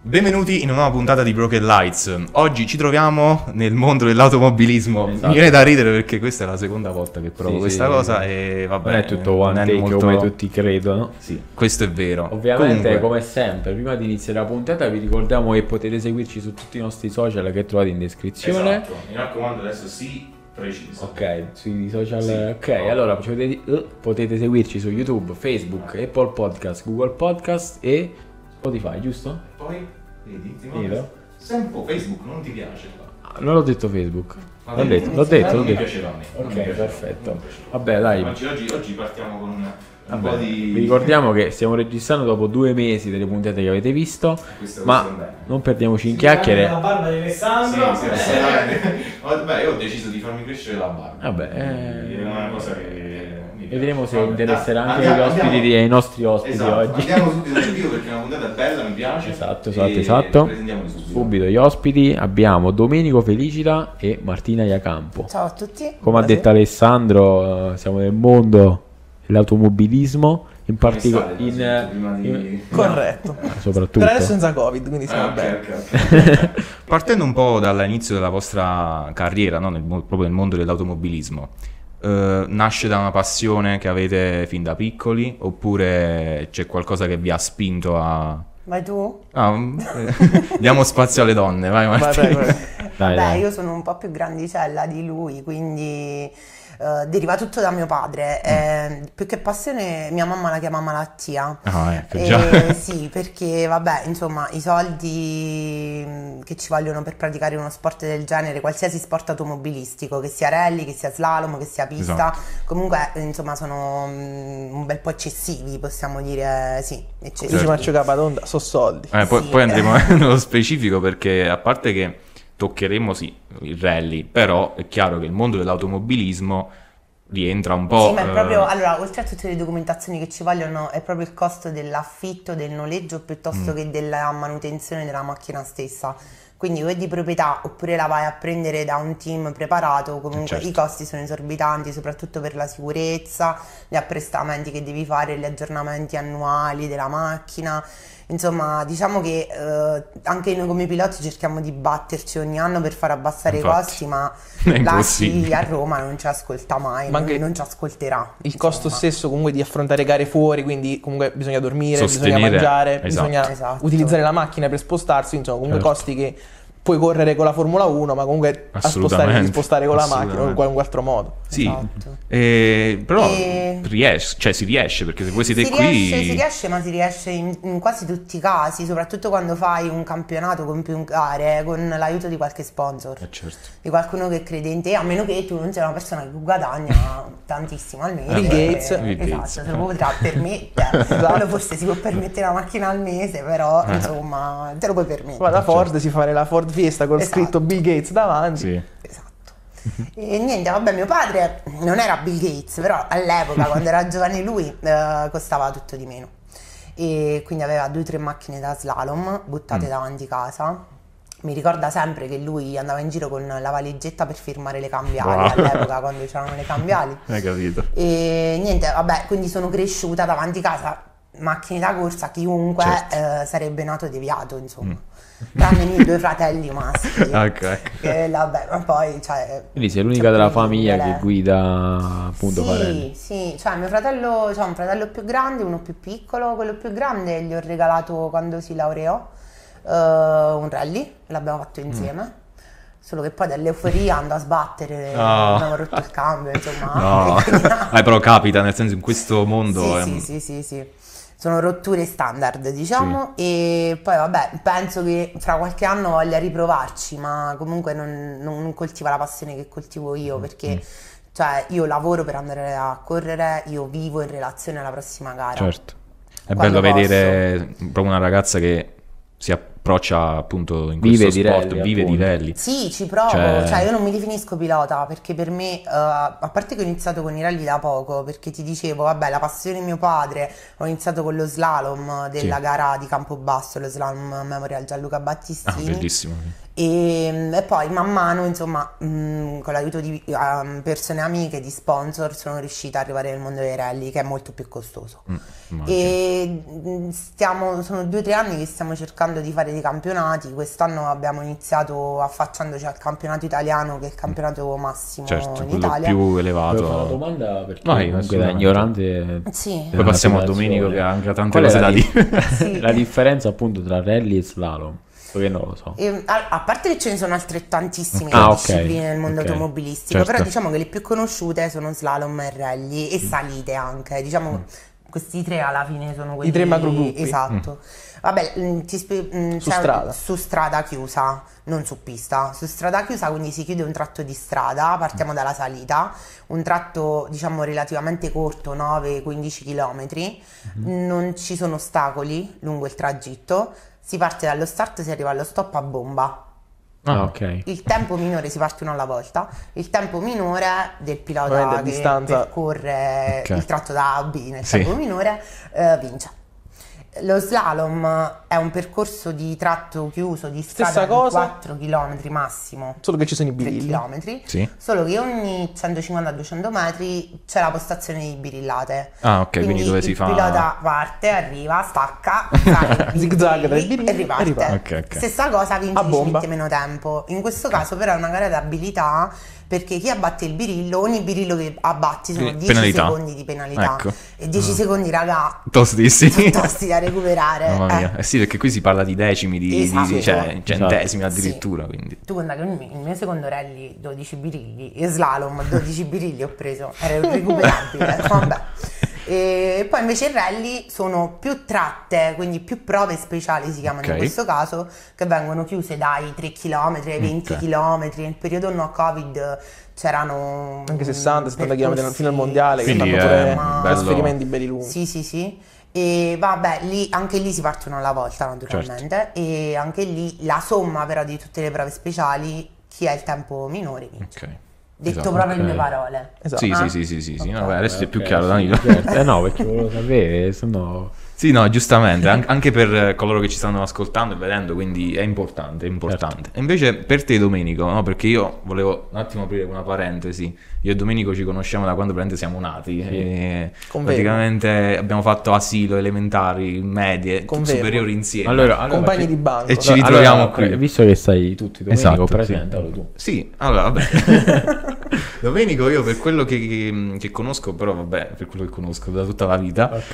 Benvenuti in una nuova puntata di Broken Lights. Oggi ci troviamo nel mondo dell'automobilismo. Esatto. Mi viene da ridere perché questa è la seconda volta che provo questa cosa e vabbè. Non è tutto one take molto... come tutti credono. Sì, questo è vero. Ovviamente, Comunque, come sempre, prima di iniziare la puntata vi ricordiamo che potete seguirci su tutti i nostri social che trovate in descrizione. esatto. Mi raccomando, adesso sì, preciso. Ok, sui social. Sì. Ok, allora potete seguirci su YouTube, Facebook, Apple Podcast, Google Podcast e Spotify, giusto? Poi, vedi, ti Dillo. manca sempre Facebook, non ti piace. Non l'ho detto Facebook. Ma L'ho vedi, detto. Non mi piaceva a me. non Ok, mi piaceva, perfetto. non mi piaceva. Vabbè, dai. Oggi partiamo con un Vabbè, po' di... vi ricordiamo che stiamo registrando dopo 2 mesi delle puntate che avete visto, Questo ma è bene. non perdiamoci in chiacchiere. La barba di Alessandro. Sì, assolutamente. Vabbè, io ho deciso di farmi crescere la barba. Vabbè, È una cosa che mi piace. vedremo se Vabbè, interesserà anche andiamo- gli ospiti andiamo- ai nostri ospiti Esatto, oggi. andiamo subito subito perché è una puntata bella, mi piace. Esatto. Presentiamoli subito. Subito gli ospiti abbiamo Domenico Felicita e Martina Iacampo. Ciao a tutti. Come ha detto Alessandro, siamo nel mondo dell'automobilismo, in Come particolare state, innanzitutto, prima di... Corretto. soprattutto. Per adesso senza Covid, quindi stiamo Ok, bene. ok. Partendo un po' dall'inizio della vostra carriera, no? Proprio nel mondo dell'automobilismo, nasce da una passione che avete fin da piccoli oppure c'è qualcosa che vi ha spinto a... Vai tu? Diamo spazio alle donne, vai Martina. Vai. Dai, Beh, dai. io sono un po' più grandicella di lui, quindi deriva tutto da mio padre. Più che passione, mia mamma la chiama malattia. Ah, ecco, già. Sì, perché vabbè, insomma, i soldi che ci vogliono per praticare uno sport del genere, qualsiasi sport automobilistico, che sia rally, che sia slalom, che sia pista, Esatto. comunque, insomma, sono un bel po' eccessivi, possiamo dire, sì, eccessivi. Dice Marcio Capatonda, so soldi. Poi, Sì. poi andremo nello specifico perché a parte che toccheremo sì il rally, però è chiaro che il mondo dell'automobilismo rientra un po'... Sì, ma è proprio, allora, oltre a tutte le documentazioni che ci vogliono, è proprio il costo dell'affitto, del noleggio, piuttosto che della manutenzione della macchina stessa. Quindi o è di proprietà oppure la vai a prendere da un team preparato, comunque Certo. i costi sono esorbitanti, soprattutto per la sicurezza, gli apprestamenti che devi fare, gli aggiornamenti annuali della macchina. Insomma, diciamo che anche noi come piloti cerchiamo di batterci ogni anno per far abbassare Infatti, i costi, ma è là impossibile. chi a Roma non ci ascolta mai, Ma anche non ci ascolterà. Il costo insomma. stesso comunque di affrontare gare fuori, quindi comunque bisogna dormire, bisogna Sostenere, mangiare, esatto. bisogna Esatto. utilizzare la macchina per spostarsi, insomma comunque Certo. costi che puoi correre con la Formula 1, ma comunque a Assolutamente, spostare con la macchina o in assolutamente. qualunque altro modo. Sì, Esatto. però E- si riesce perché se voi siete Si qui... riesce, ma si riesce in quasi tutti i casi, soprattutto quando fai un campionato con più gare, con l'aiuto di qualche sponsor, certo. di qualcuno che crede in te, a meno che tu non sia una persona che guadagna tantissimo al mese. Bill Gates. Bill Esatto, Gates. se lo potrà permettere. Quello forse si può permettere una macchina al mese, però insomma, te lo puoi permettere. Poi la Ford si fa la Ford Fiesta con Esatto. scritto Bill Gates davanti. Sì. Esatto. E niente, vabbè, mio padre non era Bill Gates, però all'epoca, quando era giovane lui, costava tutto di meno. E quindi aveva 2 o 3 macchine da slalom buttate davanti casa. Mi ricorda sempre che lui andava in giro con la valigetta per firmare le cambiali Wow. all'epoca, quando c'erano le cambiali. Hai capito? E niente, vabbè, quindi sono cresciuta davanti casa, macchine da corsa, chiunque Certo. sarebbe nato deviato, insomma. Tranne i miei 2 fratelli maschi. Ok. Che, vabbè, ma poi, cioè... Quindi sei l'unica cioè, della quindi, famiglia lei- che guida appunto Farelli. Sì, cioè mio fratello, c'ha un fratello più grande, uno più piccolo. Quello più grande gli ho regalato quando si laureò un rally, l'abbiamo fatto insieme. Solo che poi dall'euforia andò a sbattere, Ah. abbiamo rotto il cambio, insomma. No, E quindi- però capita, nel senso in questo mondo... sì. Sono rotture standard, diciamo, e poi vabbè, penso che fra qualche anno voglia riprovarci, ma comunque non coltiva la passione che coltivo io, perché cioè, io lavoro per andare a correre, io vivo in relazione alla prossima gara. Certo. È Quando bello posso. vedere proprio una ragazza che si approccia appunto in Vive questo di sport, rally, vive di appunto. rally. Sì, ci provo, Cioè- cioè io non mi definisco pilota perché per me, a parte che ho iniziato con i rally da poco, perché ti dicevo, vabbè, la passione di mio padre, ho iniziato con lo slalom della Sì. gara di Campobasso, lo slalom Memorial Gianluca Ah, Battistini. bellissimo. E poi man mano, insomma, con l'aiuto di persone amiche, di sponsor, sono riuscita ad arrivare nel mondo dei rally, che è molto più costoso. E sono 2 o 3 anni che stiamo cercando di fare dei campionati. Quest'anno abbiamo iniziato affacciandoci al campionato italiano, che è il campionato massimo Certo, in quello Italia. più Volevo elevato. fare una domanda perché Vai, comunque da assolutamente. ignorante Sì. Poi passiamo a situazione. Domenico che ha anche tante Qual è cose la da di- dire. Sì. La differenza appunto tra rally e slalom, perché non lo so. A parte che ce ne sono altrettantissime Ah, ok. discipline nel mondo Ok. automobilistico, Certo. però diciamo che le più conosciute sono slalom e rally e salite anche, diciamo questi 3 alla fine sono quelli 3 macrogruppi. Esatto. Vabbè, strada. su strada chiusa, non su pista, su strada chiusa, quindi si chiude un tratto di strada, partiamo dalla salita, un tratto diciamo relativamente corto, 9-15 km, non ci sono ostacoli lungo il tragitto, si parte dallo start, si arriva allo stop a bomba. Ah, ok. Il tempo minore, si parte uno alla volta, il tempo minore del pilota Ovviamente a che distanza. percorre Ok. il tratto da A a B nel Sì. tempo minore vince. Lo slalom è un percorso di tratto chiuso di strada Stessa di cosa. 4 km massimo, Solo che ci sono i 3 birilli. km, Sì. solo che ogni 150-200 metri c'è la postazione di birillate. Ah, ok, quindi dove si fa- il pilota parte, arriva, stacca, fa i Zigzag tra i birilli birilli e riparte. e riparte. Ok, ok. Stessa cosa, vince A bomba. 10 meno tempo. In questo caso però è una gara d'abilità, perché chi abbatte il birillo, ogni birillo che abbatti sono 10 Penalità. secondi di penalità. Ecco. E 10 secondi, raga, Tostissimi. sono tosti da recuperare. Mamma mia. Eh sì, perché qui si parla di decimi, Esatto. cioè centesimi Esatto. addirittura, quindi. Tu conta che il mio secondo rally 12 birilli e slalom 12 birilli ho preso, era irrecuperabile. Vabbè. E poi invece i rally sono più tratte, quindi più prove speciali si chiamano Ok. in questo caso, che vengono chiuse dai 3 km ai 20 Ok. km. Nel periodo no Covid c'erano Anche 60-70 km percorsi- fino al mondiale, che Quindi fanno è pure bello. trasferimenti belli lunghi. Sì, sì, sì. E vabbè, anche lì si partono alla volta naturalmente. E anche lì la somma però di tutte le prove speciali, chi ha il tempo minore vince. Ok. Detto Esatto. proprio in Ok. due parole. Esatto. Sì, Ah. sì, Ok. no, beh, adesso è più Ok, chiaro, sì, Danilo. certo. No, perché volevo sapere, se no... Sì, no, giustamente, anche per coloro che ci stanno ascoltando e vedendo, quindi è importante, è importante. Certo. E invece per te, Domenico, no, perché io volevo un attimo aprire una parentesi. Io e Domenico ci conosciamo da quando praticamente siamo nati. E Confermo. praticamente abbiamo fatto asilo, elementari, medie, Confermo. superiori insieme. Allora, Compagni di banco. E ci ritroviamo qui. Visto che stai tutti Domenico, Esatto, presentalo sì. tu. Sì, allora vabbè. Domenico io per quello che conosco, però vabbè, per quello che conosco da tutta la vita. Ok.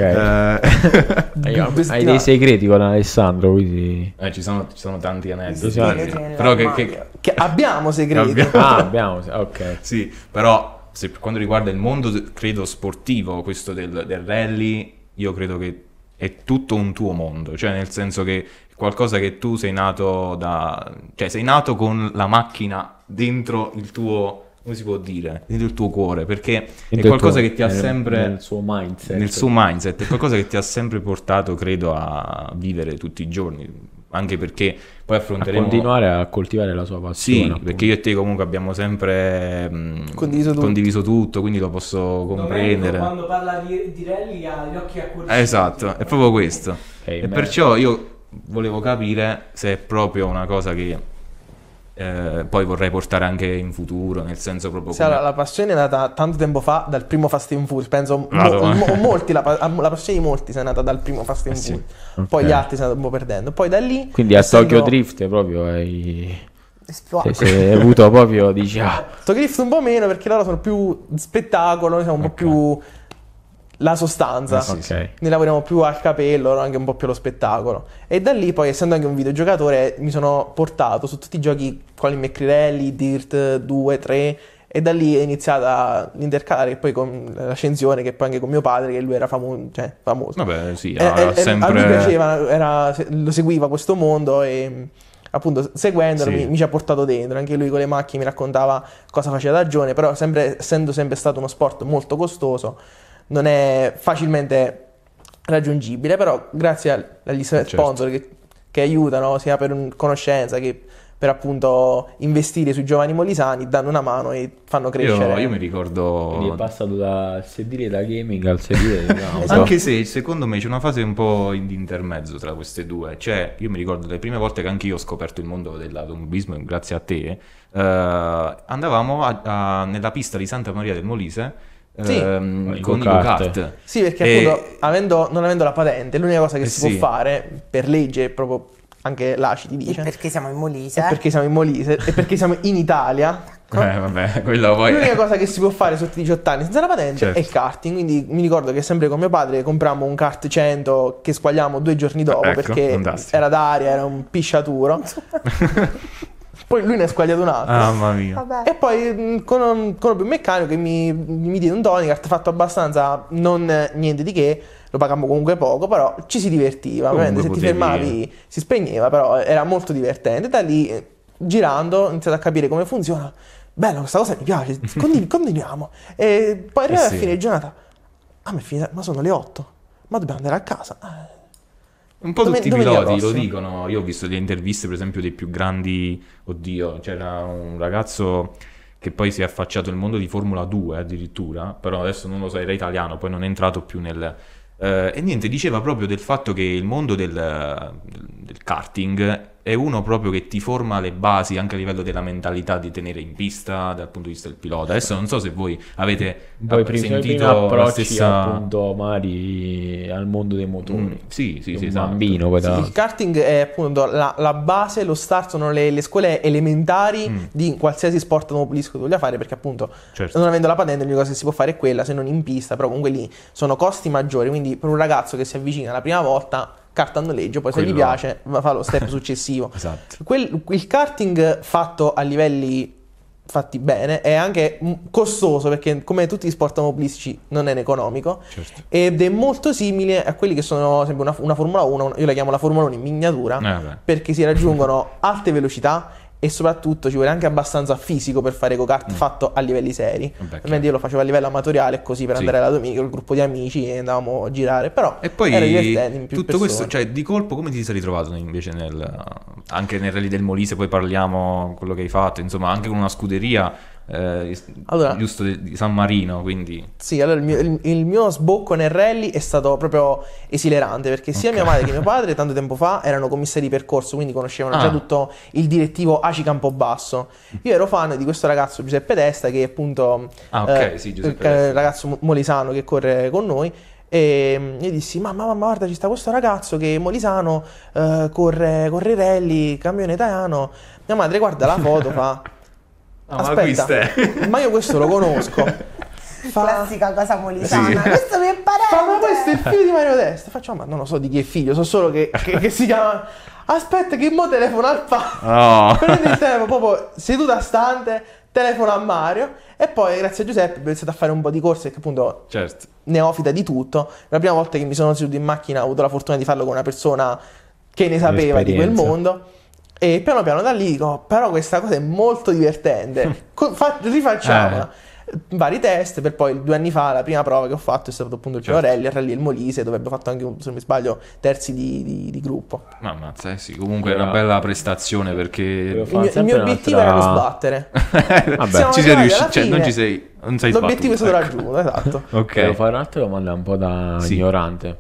Eh, Hai dei segreti con Alessandro, quindi... ci sono tanti aneddoti. Sì, sì, Però Che abbiamo segreti. Ah, abbiamo... Ok. sì, però per quanto riguarda il mondo, credo sportivo, questo del rally, io credo che è tutto un tuo mondo, cioè nel senso che è qualcosa che tu sei nato cioè sei nato con la macchina dentro il tuo, come si può dire, dentro il tuo cuore, perché è qualcosa che ti ha sempre Nel suo mindset. nel suo mindset, è qualcosa che ti ha sempre portato, credo, a vivere tutti i giorni, anche perché poi A affronteremo... continuare a coltivare la sua passione. Sì, appunto. perché io e te comunque abbiamo sempre Condiviso tutto. quindi lo posso Domenico, comprendere. quando parla di rally ha gli occhi a cuore. Esatto, è proprio questo. Ok, E beh. perciò io volevo capire se è proprio una cosa che poi vorrei portare anche in futuro, nel senso proprio Sì, allora, la passione è nata tanto tempo fa dal primo Fast and Furious. Penso Madonna. molti, la passione di molti è nata dal primo Fast and sì. Furious. Ok. Poi gli altri si stanno un po' perdendo. Poi da lì, Quindi a essendo- Tokyo Drift proprio hai... Esploso. Se hai avuto proprio, dici... Ah, Tokyo Drift un po' meno, perché loro sono più spettacolo, noi siamo un po' più la sostanza. Sì, sì. ok. Noi lavoriamo più al capello, loro anche un po' più allo spettacolo. E da lì poi, essendo anche un videogiocatore, mi sono portato su tutti i giochi quali McRae, Dirt 2, 3. E da lì è iniziata l'intercalare, e poi con l'ascensione, che poi anche con mio padre, che lui era famoso. Vabbè, sì, A lui sempre... piaceva, lo seguiva questo mondo e appunto seguendolo Sì. mi ci ha portato dentro. Anche lui con le macchine mi raccontava cosa faceva da giovane, però essendo sempre stato uno sport molto costoso, non è facilmente raggiungibile, però grazie agli sponsor che aiutano sia per conoscenza che per appunto investire sui giovani molisani, danno una mano e fanno crescere. Io mi Quindi è ricordo... passato dal sedile da gaming al sedile da Anche se secondo me c'è una fase un po' di intermezzo tra queste due. Cioè, io mi ricordo le prime volte che anche io ho scoperto il mondo dell'automobilismo, grazie a te, andavamo nella pista di Santa Maria del Molise Sì. con i go-kart. go-kart. Sì, perché E- appunto non avendo la patente, l'unica cosa che si sì. può fare per legge, proprio anche l'ACI ti E dice, perché siamo in Molise? è perché siamo in Molise e perché siamo in Italia. Vabbè, quello poi... L'unica cosa che si può fare sotto i 18 anni senza la patente Certo. è il karting. Quindi mi ricordo che sempre con mio padre comprammo un kart 100 che squagliamo 2 giorni dopo Ecco, perché fantastico. era d'aria, era un pisciaturo. Poi lui ne ha squagliato un altro. mamma mia. Vabbè. E poi conobbi un meccanico che mi diede un Tonicart fatto abbastanza, non niente di che, lo pagammo comunque poco, però ci si divertiva. Comunque Ovviamente se ti potevi- fermavi si spegneva, però era molto divertente. Da lì, girando, ho iniziato a capire come funziona. Bello, questa cosa mi piace, continuiamo. E poi arrivai a sì. fine giornata, ma sono le 8, ma dobbiamo andare a casa. Un po' Dove- tutti i dove piloti andiamo lo prossimo? dicono. Io ho visto delle interviste, per esempio, dei più grandi. Oddio, c'era un ragazzo che poi si è affacciato nel mondo di Formula 2 addirittura, però adesso non lo so, era italiano, poi non è entrato più nel... e niente, diceva proprio del fatto che il mondo del karting è uno proprio che ti forma le basi anche a livello della mentalità di tenere in pista dal punto di vista del pilota. Adesso non so se voi avete poi primi sentito la approcci stessa... appunto magari al mondo dei motori. sì, Un esatto. bambino poi Sì, il karting è appunto la base, lo start, sono le scuole elementari di qualsiasi sport automobilistico tu voglia fare, perché appunto Certo. non avendo la patente l'unica cosa che si può fare è quella, se non in pista, però comunque lì sono costi maggiori, quindi per un ragazzo che si avvicina la prima volta, carta a noleggio, poi se gli Quello- piace fa lo step successivo. Esatto. Il karting fatto a livelli fatti bene è anche costoso, perché come tutti gli sport automobilistici non è economico, Certo. ed è molto simile a quelli che sono sempre una Formula 1, io la chiamo la Formula 1 in miniatura, Vabbè. perché si raggiungono alte velocità e soprattutto ci vuole anche abbastanza fisico per fare go-kart fatto a livelli seri. Vabbè, Ovviamente io lo facevo a livello amatoriale, così per Sì. andare la domenica con il gruppo di amici e andavamo a girare, però E poi era divertente in più tutto questo, persone. cioè di colpo come ti sei ritrovato invece anche nel rally del Molise, poi parliamo quello che hai fatto, insomma anche con una scuderia Allora- giusto di San Marino, quindi Sì, allora il mio sbocco nel rally è stato proprio esilerante, perché sia mia madre che mio padre tanto tempo fa erano commissari di percorso, quindi conoscevano già tutto il direttivo ACI Campobasso. Io ero fan di questo ragazzo Giuseppe Testa, che è appunto sì, Giuseppe il Testa. ragazzo molisano che corre con noi. E io dissi: mamma, guarda, ci sta questo ragazzo che è molisano, corre i rally, campione italiano. Mia madre guarda la foto, fa: ma aspetta, questo ma io questo lo conosco. Fa, Classica cosa molisana. Sì. Questo mi è parente. ma questo è il figlio di Mario Testa. Faccio: ma non lo so di chi è figlio, so solo che si chiama. Aspetta, che mo telefona al No. Prende il telefono proprio seduta stante, telefona a Mario. E poi, grazie a Giuseppe, ho iniziato a fare un po' di corse, che appunto certo. neofita di tutto. La prima volta che mi sono seduto in macchina ho avuto la fortuna di farlo con una persona che ne sapeva di quel L'esperienza. mondo. E piano piano da lì dico: però questa cosa è molto divertente. Rifacciamola. Vari test, per poi 2 anni fa la prima prova che ho fatto è stato appunto il primo Certo. rally, il rally del Molise, dove abbiamo fatto anche, se non mi sbaglio, terzi di gruppo. Ma ammazza, sì, comunque è una bella prestazione perché Il mio obiettivo era non sbattere. Vabbè, Siamo ci sei arrivati riuscito, alla cioè non fine. non sei L'obiettivo è stato sbattuto, ecco. raggiunto, esatto. Ok. Devo fare un'altra domanda un po' da Sì. ignorante.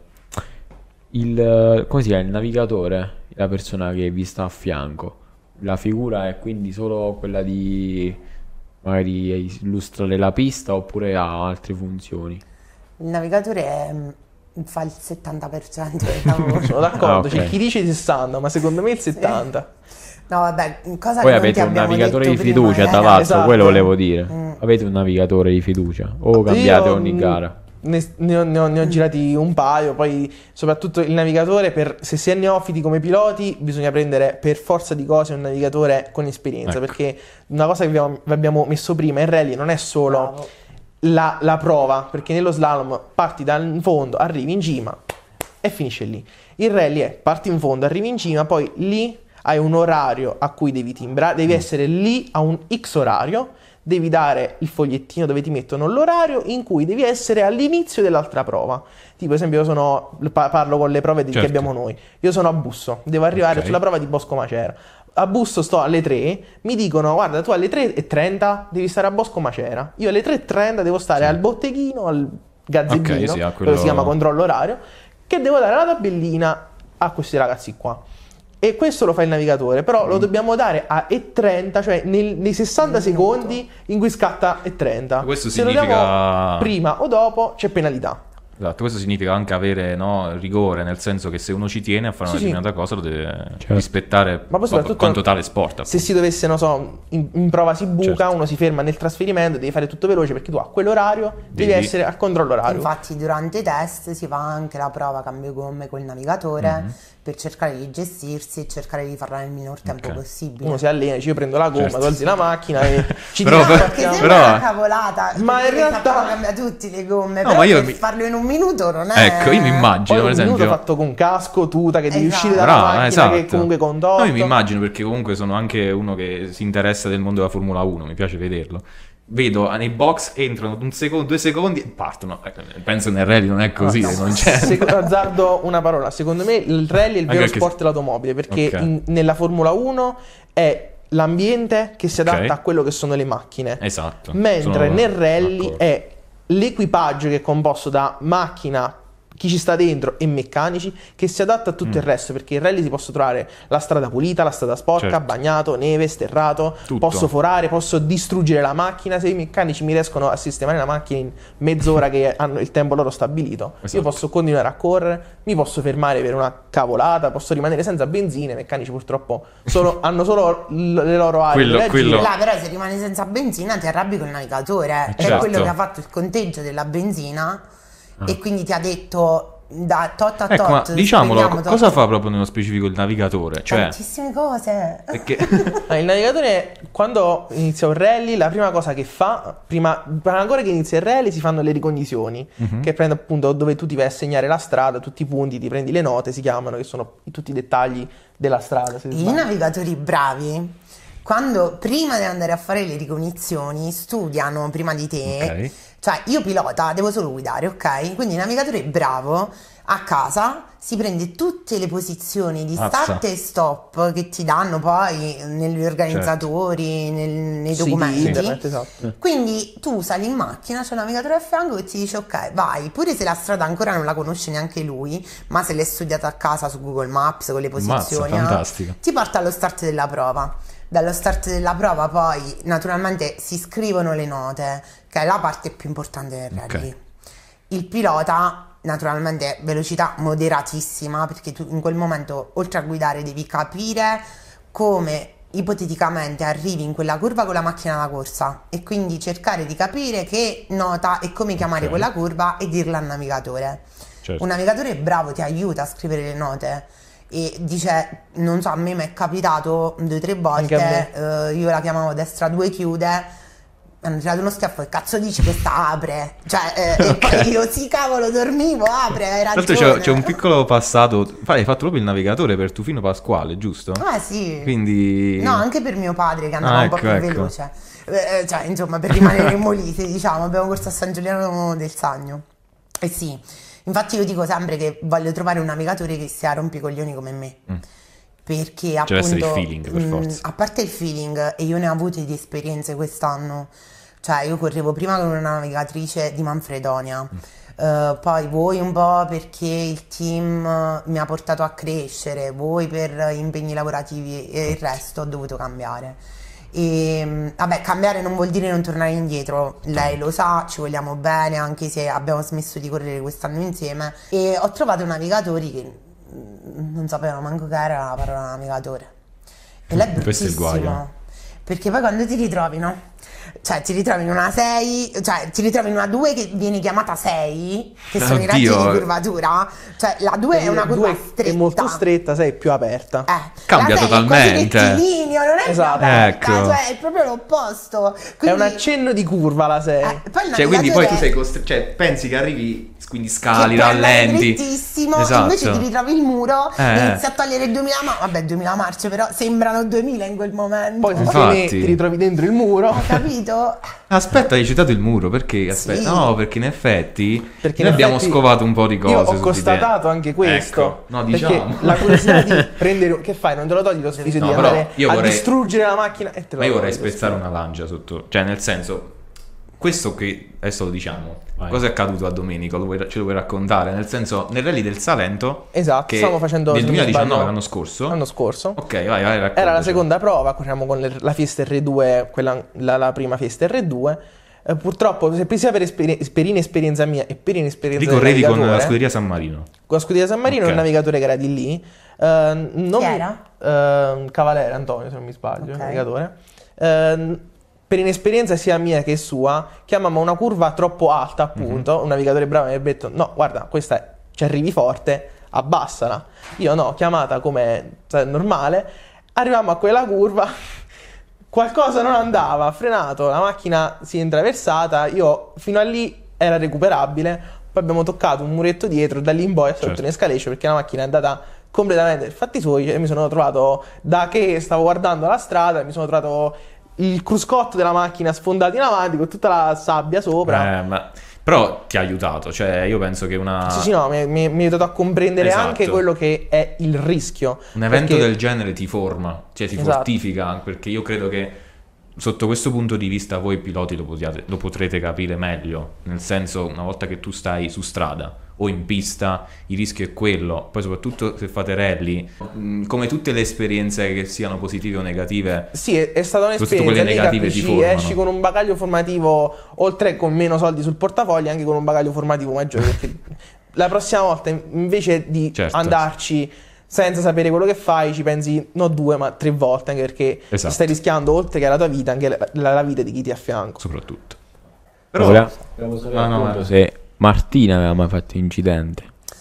Come si chiama? Il navigatore, la persona che vi sta a fianco. La figura è quindi solo quella di magari illustrare la pista oppure ha altre funzioni? Il navigatore fa il 70% del lavoro. Sono d'accordo, Ah, ok. c'è chi dice il 60, ma secondo me il 70. No, vabbè, cosa Poi che non avete ti un abbiamo navigatore detto di prima, fiducia, tra ragazzi. l'altro, Esatto. quello volevo dire. Avete un navigatore di fiducia o cambiate Io, ogni gara? Ne ho girati un paio, poi soprattutto il navigatore, se si è neofiti come piloti, bisogna prendere per forza di cose un navigatore con esperienza, Ecco. perché una cosa che abbiamo messo prima in rally non è solo Bravo. la prova, perché nello slalom parti dal fondo, arrivi in cima e finisce lì. Il rally è parti in fondo, arrivi in cima, poi lì hai un orario a cui devi timbrare, devi essere lì a un X orario, devi dare il fogliettino dove ti mettono l'orario in cui devi essere all'inizio dell'altra prova. Tipo, ad esempio, io parlo con le prove che Certo. abbiamo noi. Io sono a Busso, devo arrivare Ok. sulla prova di Bosco Macera. a Busto sto alle 3, mi dicono guarda tu alle 3:30 devi stare a Bosco Macera, io alle 3:30 devo stare al botteghino, al gazzellino, Ok, sì, a quello si chiama quello... controllo orario, che devo dare la tabellina a questi ragazzi qua. E questo lo fa il navigatore, però lo dobbiamo dare a E30, cioè nei 60 secondi in cui scatta E30. Questo Se lo significa- diamo prima o dopo c'è penalità. Esatto, questo significa anche avere, no, rigore, nel senso che se uno ci tiene a fare una Sì, sì. determinata cosa lo deve rispettare Ma poi soprattutto quanto tale sport. Se si dovesse, non so, in prova si buca, Certo. uno si ferma nel trasferimento, devi fare tutto veloce perché tu a quell'orario devi Devi- essere al controllo orario. Infatti durante i test si fa anche la prova cambio gomme col navigatore per cercare di gestirsi e cercare di farla nel minor tempo Ok. possibile. Uno si allena, dice io prendo la gomma, Certo. tu alzi la macchina e ci Però- tiriamo, Perché partiamo. sembra però- una cavolata, Ma in realtà- sappiamo cambia tutti le gomme, No, però ma io per mi- farlo in un minuto non è... Ecco, io mi immagino, Poi per un minuto esempio... fatto con casco, tuta, che devi Esatto. uscire dalla Brava, macchina esatto. che comunque contorto. No, io mi immagino perché comunque sono anche uno che si interessa del mondo della Formula 1, mi piace vederlo. Vedo nei box, entrano un secondo, 2 secondi e partono. Penso nel rally non è così, No, non c'è. Azzardo una parola. Secondo me il rally è il Anche vero perché- sport dell'automobile perché Ok. nella Formula 1 è l'ambiente che si adatta Ok. a quello che sono le macchine. Esatto. Mentre sono nel rally d'accordo. è l'equipaggio che è composto da macchina, chi ci sta dentro e meccanici che si adatta a tutto il resto, perché in rally si posso trovare la strada pulita, la strada sporca, Certo. bagnato, neve, sterrato, Tutto. posso forare, posso distruggere la macchina, se i meccanici mi riescono a sistemare la macchina in mezz'ora che hanno il tempo loro stabilito, io Esatto. posso continuare a correre, mi posso fermare per una cavolata, posso rimanere senza benzina, i meccanici purtroppo hanno solo le loro aree Quello- dove quello- agire. Là però se rimani senza benzina ti arrabbi col navigatore, è certo. quello che ha fatto il conteggio della benzina e quindi ti ha detto da tot a tot. Ecco, ma diciamolo, speriamo tot. cosa fa proprio nello specifico il navigatore? Cioè, Tantissime cose. perché... Il navigatore, quando inizia un rally, la prima cosa che fa, prima ancora che inizia il rally, si fanno le ricognizioni, che prende appunto dove tu ti vai a segnare la strada, tutti i punti, ti prendi le note, si chiamano, che sono tutti i dettagli della strada. Se I sbaglio. navigatori bravi, quando prima di andare a fare le ricognizioni, studiano prima di te. Ok. Cioè, io pilota, devo solo guidare, ok? Quindi il navigatore bravo a casa si prende tutte le posizioni di Mazza. start e stop che ti danno poi negli organizzatori, nei Siti documenti. internet, esatto. Quindi tu sali in macchina, c'è un navigatore a fianco che ti dice ok, vai, pure se la strada ancora non la conosce neanche lui, ma se l'è studiata a casa su Google Maps con le posizioni, fantastico. ti porta allo start della prova. Dallo start della prova poi naturalmente si scrivono le note, che è la parte più importante del rally. Ok. Il pilota naturalmente velocità moderatissima, perché tu in quel momento oltre a guidare devi capire come ipoteticamente arrivi in quella curva con la macchina da corsa e quindi cercare di capire che nota e come chiamare Ok. quella curva e dirla al navigatore. Certo. Un navigatore bravo ti aiuta a scrivere le note e dice, non so, a me mi è capitato 2 o 3 Anche a volte, io la chiamavo destra 2 chiude, hanno tirato uno schiaffo e cazzo dici questa apre, cioè e poi io sì cavolo dormivo, apre, hai Tra l'altro ragione. c'è un piccolo passato, hai fatto proprio il navigatore per Tufino Pasquale, giusto? Ah sì. Quindi... No, anche per mio padre che andava Ah, un po' ecco, più ecco. veloce. Cioè, insomma, per rimanere in Molise, diciamo, abbiamo corso a San Giuliano del Sagno. Eh sì, infatti io dico sempre che voglio trovare un navigatore che sia rompicoglioni come me. Perché Deve appunto essere il feeling, per forza. a parte il feeling, e io ne ho avute di esperienze quest'anno. Cioè, io correvo prima con una navigatrice di Manfredonia. Poi voi un po' perché il team mi ha portato a crescere, voi per impegni lavorativi e il resto ho dovuto cambiare. E vabbè, cambiare non vuol dire non tornare indietro, lei lo sa, ci vogliamo bene anche se abbiamo smesso di correre quest'anno insieme e ho trovato navigatori che non sapevano manco che era la parola navigatore e lei è Questo è il guaio. bruttissimo perché poi quando ti ritrovi, no? Cioè ti ritrovi in una 6, cioè ti ritrovi in una 2 che viene chiamata 6, che sono i raggi di Oddio. curvatura, cioè la 2 è una curva stretta. È molto stretta, sei più aperta. Cambia la 6 totalmente. È quasi rettilineo, non è Esatto. aperta, Ecco. cioè è proprio l'opposto. È Quindi, un accenno di curva la 6. poi il Cioè, quindi poi tu navigatore- sei costretto, cioè, pensi che arrivi quindi che scali, puoi andare rallenti. drittissimo, Esatto. invece ti ritrovi il muro, Eh. inizi a togliere 2000 vabbè 2000 marce, però sembrano 2000 in quel momento. Poi se Infatti. ti ritrovi dentro il muro. Hai capito? Aspetta, hai citato il muro, perché? Aspetta, Sì. no, perché in effetti Perché noi in abbiamo effetti scovato un po' di cose Io ho su di te. constatato anche questo. Ecco, no, perché diciamo. la curiosità di prendere. Che fai? Non te lo togli lo sfizio No, di però andare io a vorrei- distruggere la macchina e te lo Ma io vorrei togli lo spezzare sfizio. una lancia sotto, cioè nel senso, questo che adesso lo diciamo, Vai. cosa è accaduto a Domenico? Ce lo vuoi raccontare? Nel senso, nel rally del Salento, Esatto, che stavamo facendo nel se non mi 2019, sbaglio, l'anno scorso. L'anno scorso. Ok, vai, raccontaci. Era la seconda prova, corriamo con la Fiesta R2, la prima Fiesta R2. Purtroppo, sia per inesperienza mia e per inesperienza del Ricorrevi con navigatore, la scuderia San Marino. con la scuderia San Marino Ok. e il navigatore che era di lì. Non Chi era? Cavalera Antonio, se non mi sbaglio, il Ok. navigatore. Per inesperienza sia mia che sua, chiamavamo una curva troppo alta, appunto. Un navigatore bravo mi ha detto: no, guarda, questa ci arrivi forte, abbassala. Io no, chiamata come normale. Arrivammo a quella curva. Qualcosa non andava, frenato, la macchina si è intraversata, io fino a lì era recuperabile, poi abbiamo toccato un muretto dietro, da lì in poi è stato Certo. un escalation perché la macchina è andata completamente per fatti suoi e mi sono trovato, da che stavo guardando la strada, mi sono trovato il cruscotto della macchina sfondato in avanti con tutta la sabbia sopra. Però ti ha aiutato, cioè io penso che Sì, no, mi ha aiutato a comprendere Esatto. anche quello che è il rischio. un evento Perché- del genere ti forma, cioè ti Esatto. fortifica, perché io credo che sotto questo punto di vista voi piloti lo potrete capire meglio, nel senso, una volta che tu stai su strada o in pista, il rischio è quello, poi soprattutto se fate rally, come tutte le esperienze che siano positive o negative, Sì, è stata Soprattutto un'esperienza quelle lì, negative ti capisci, formano. esci con un bagaglio formativo, oltre con meno soldi sul portafoglio, anche con un bagaglio formativo maggiore, perché la prossima volta invece di Certo. andarci senza sapere quello che fai, ci pensi non 2 ma 3 volte, anche perché Esatto. stai rischiando, oltre che la tua vita, anche la vita di chi ti è a fianco. soprattutto. Però Però volevo sapere No, no, appunto ma- se Martina aveva mai fatto incidente.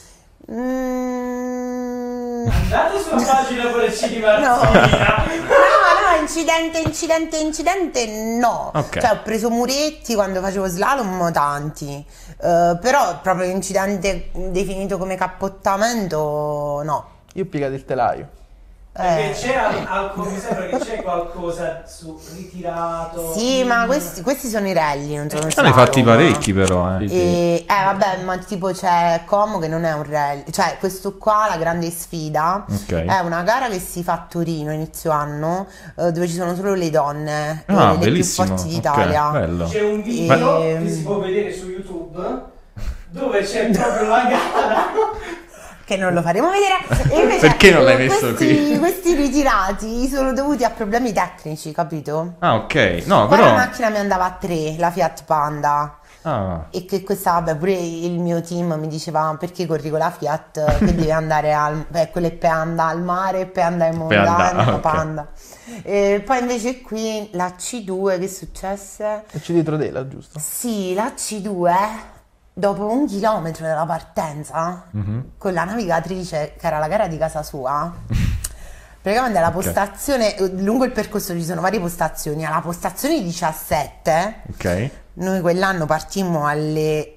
Andate sulla pagina Porecci di Martina. No, incidente no. Ok. Cioè ho preso muretti quando facevo slalom, tanti. Però proprio incidente definito come cappottamento, no. Io ho piegato il telaio. Perché mi sembra che c'è qualcosa su ritirato. Sì, ma questi sono i rally, non sono ne hai slalom. fatti parecchi però, Sì, sì. E, vabbè, ma tipo c'è Como che non è un rally, cioè questo qua, la grande sfida, Ok. è una gara che si fa a Torino inizio anno, dove ci sono solo le donne, Ah, le più bellissimo. forti Ok, d'Italia. bello. C'è un video Beh. che si può vedere su YouTube dove c'è proprio la gara. Che non lo faremo vedere. E invece, Perché non l'hai messo qui? Questi ritirati sono dovuti a problemi tecnici, capito? Ah, ok. No, Qua la però macchina mi andava a 3, la Fiat Panda. ah, E che questa, vabbè, pure il mio team mi diceva: perché corri con la Fiat? Che devi andare quello è per andare al mare, per andare in montagna, andare, ok. Panda. E poi invece qui la C2, che successe? E c'è dietro te, là, giusto? Sì, la C2, dopo 1 chilometro dalla partenza, con la navigatrice, che era la gara di casa sua, praticamente alla postazione, lungo il percorso ci sono varie postazioni, alla postazione 17, ok. noi quell'anno partimmo alle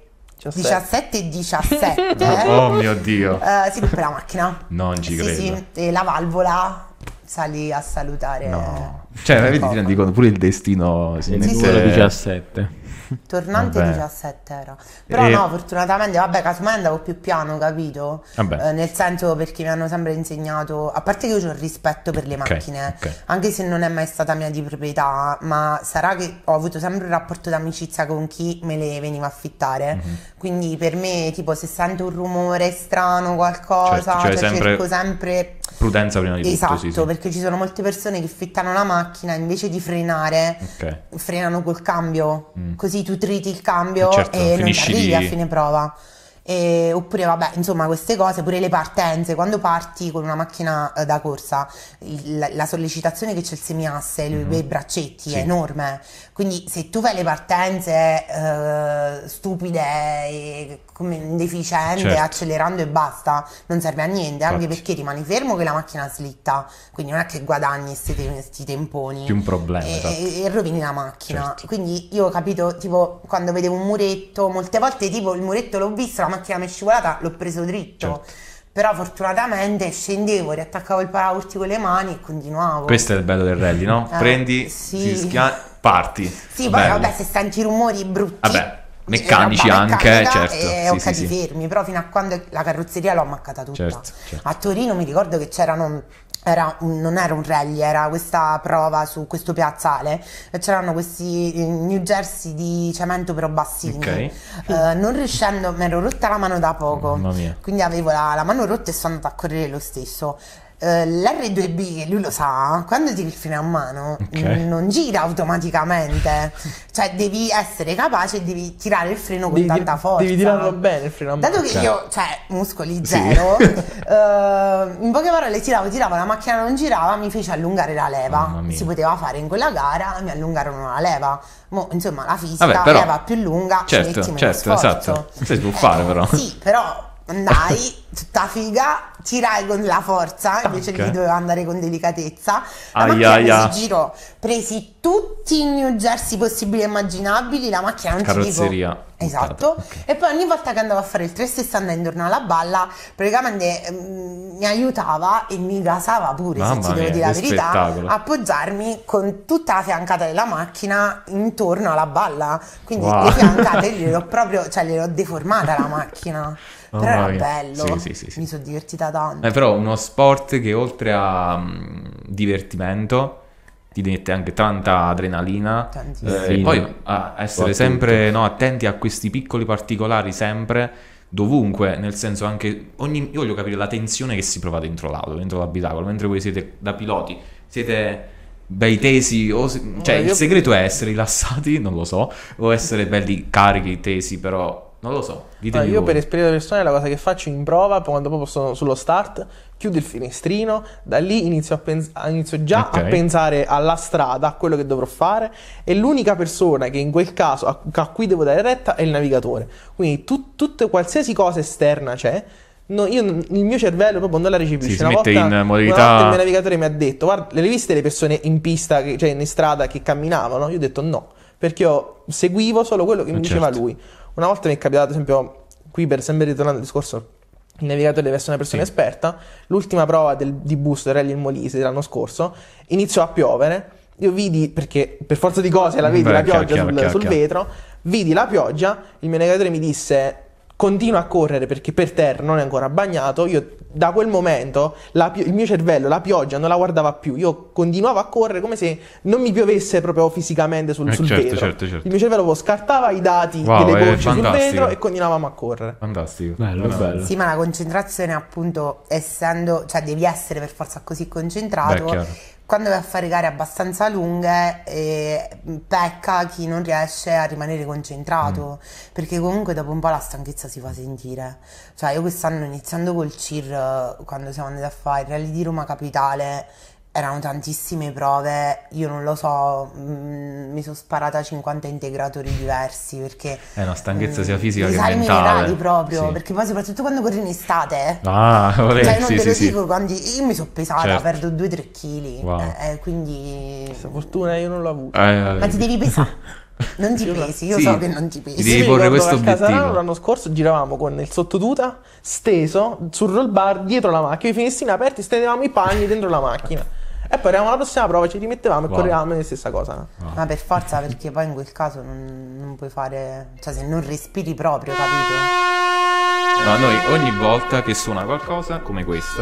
17:17. Oh mio Dio. Si ruppe la macchina. Non ci Sì, credo. sì, e la valvola salì a salutare. No. Cioè, vedi, ti rendi conto, pure il destino si Sì, mette... sì. Numero 17. Tornante Vabbè. 17 era. Però E- no, fortunatamente, vabbè, casomai andavo più piano, capito? Vabbè. Nel senso, perché mi hanno sempre insegnato, a parte che io ho rispetto per le Ok, macchine, ok. anche se non è mai stata mia di proprietà, ma sarà che ho avuto sempre un rapporto d'amicizia con chi me le veniva a affittare. Mhm. Quindi per me, tipo, se sento un rumore strano, qualcosa, Certo, cioè sempre- cerco sempre... Prudenza prima di tutto, Esatto, sì, sì. perché ci sono molte persone che fittano la macchina, invece di frenare, Ok. frenano col cambio, così tu triti il cambio Certo, e non ci finisci arrivi di- a fine prova. Oppure vabbè, insomma, queste cose, pure le partenze, quando parti con una macchina da corsa, la sollecitazione che c'è il semiasse, i braccetti Sì. è enorme, quindi se tu fai le partenze stupide e come deficiente, Certo. accelerando e basta, non serve a niente, anche Infatti. perché rimani fermo che la macchina slitta, quindi non è che guadagni sti temponi Più un problema, e, esatto. e rovini la macchina. Certo. Quindi io ho capito, tipo, quando vedevo un muretto, molte volte tipo il muretto l'ho visto, la macchina mi è scivolata, l'ho preso dritto. Però fortunatamente scendevo, riattaccavo il paraurti con le mani e continuavo. Questo è il bello del rally, no? Prendi, parti. Sì, poi vabbè, se senti rumori brutti. Vabbè, meccanici anche, certo. E ok, ti fermi, però fino a quando la carrozzeria l'ho ammaccata tutta. Certo. A Torino mi ricordo che c'erano... non era un rally, era questa prova su questo piazzale e c'erano questi New Jersey di cemento però bassini. Non riuscendo, mi ero rotta la mano da poco, Mamma mia. quindi avevo la mano rotta e sono andata a correre lo stesso. L'R2B, che lui lo sa, quando tiri il freno a mano non gira automaticamente, cioè devi essere capace e devi tirare il freno con tanta forza. Devi tirarlo bene il freno a mano. Dato che io, muscoli zero, in poche parole tiravo, la macchina non girava, mi fece allungare la leva. Si poteva fare in quella gara, mi allungarono la leva. Insomma, la fisica, però, leva più lunga, certo, esatto. Si può fare però. Sì, però andai tutta figa, tirai con la forza invece che doveva andare con delicatezza. La macchina si girò, presi tutti i New Jersey possibili e immaginabili, la macchina non carrozzeria. ti dico. Esatto. E poi ogni volta che andavo a fare il 360 intorno alla balla, praticamente mi aiutava e mi gasava pure, se ti devo dire la verità, a appoggiarmi con tutta la fiancata della macchina intorno alla balla. Quindi le fiancate le ho deformata la macchina. Però era bello, sì. mi sono divertita tanto. Però uno sport che oltre a divertimento ti mette anche tanta adrenalina e poi a essere sempre attenti a questi piccoli particolari sempre, dovunque, nel senso anche io voglio capire la tensione che si prova dentro l'auto, dentro l'abitacolo, mentre voi siete da piloti, siete bei tesi, il segreto è essere rilassati, non lo so, o essere belli carichi, tesi, però... Non lo so, ditemi io voi. per esperienza personale la cosa che faccio in prova, quando proprio sono sullo start, chiudo il finestrino, da lì inizio già a pensare alla strada, a quello che dovrò fare, e l'unica persona che in quel caso a cui devo dare retta è il navigatore. Quindi qualsiasi cosa esterna c'è, il mio cervello proprio non la recepisce. Una volta il mio navigatore mi ha detto: guarda, le hai viste le persone in pista, cioè in strada, che camminavano? Io ho detto no, perché io seguivo solo quello che mi diceva lui. Una volta mi è capitato, ad esempio, qui sempre ritornando al discorso, il navigatore deve essere una persona esperta. L'ultima prova di boost del Rally il Molise dell'anno scorso iniziò a piovere. Io vidi, perché per forza di cose la vedi la pioggia sul vetro, vidi la pioggia, il mio navigatore mi disse: continua a correre perché per terra non è ancora bagnato. Io da quel momento il mio cervello, la pioggia non la guardava più, io continuavo a correre come se non mi piovesse proprio fisicamente sul vetro. Certo. Il mio cervello scartava i dati delle gocce sul vetro e continuavamo a correre. Fantastico. Bello. Sì, ma la concentrazione, appunto, essendo, cioè devi essere per forza così concentrato. Quando vai a fare gare abbastanza lunghe pecca chi non riesce a rimanere concentrato, perché comunque dopo un po' la stanchezza si fa sentire. Cioè io quest'anno, iniziando col CIR, quando siamo andati a fare il Rally di Roma Capitale, erano tantissime prove, io non lo so, mi sono sparata 50 integratori diversi, perché è una stanchezza sia fisica che mentali, mentale, minerali proprio, perché poi soprattutto quando corri in estate, cioè non te lo dico, quando io mi sono pesata, perdo 2-3 kg, quindi questa fortuna io non l'ho avuta. ma ti devi pesare. Non ti pesi, io so che non ti pesi. Devi porre questo obiettivo. L'anno scorso giravamo con il sottotuta steso sul roll bar dietro la macchina, i finestrini aperti, stendevamo i panni dentro la macchina. E poi arrivavamo alla prossima prova, ci rimettevamo e correvamo la stessa cosa. Ma per forza, perché poi in quel caso non puoi fare, cioè se non respiri proprio, capito? No, noi ogni volta che suona qualcosa come questo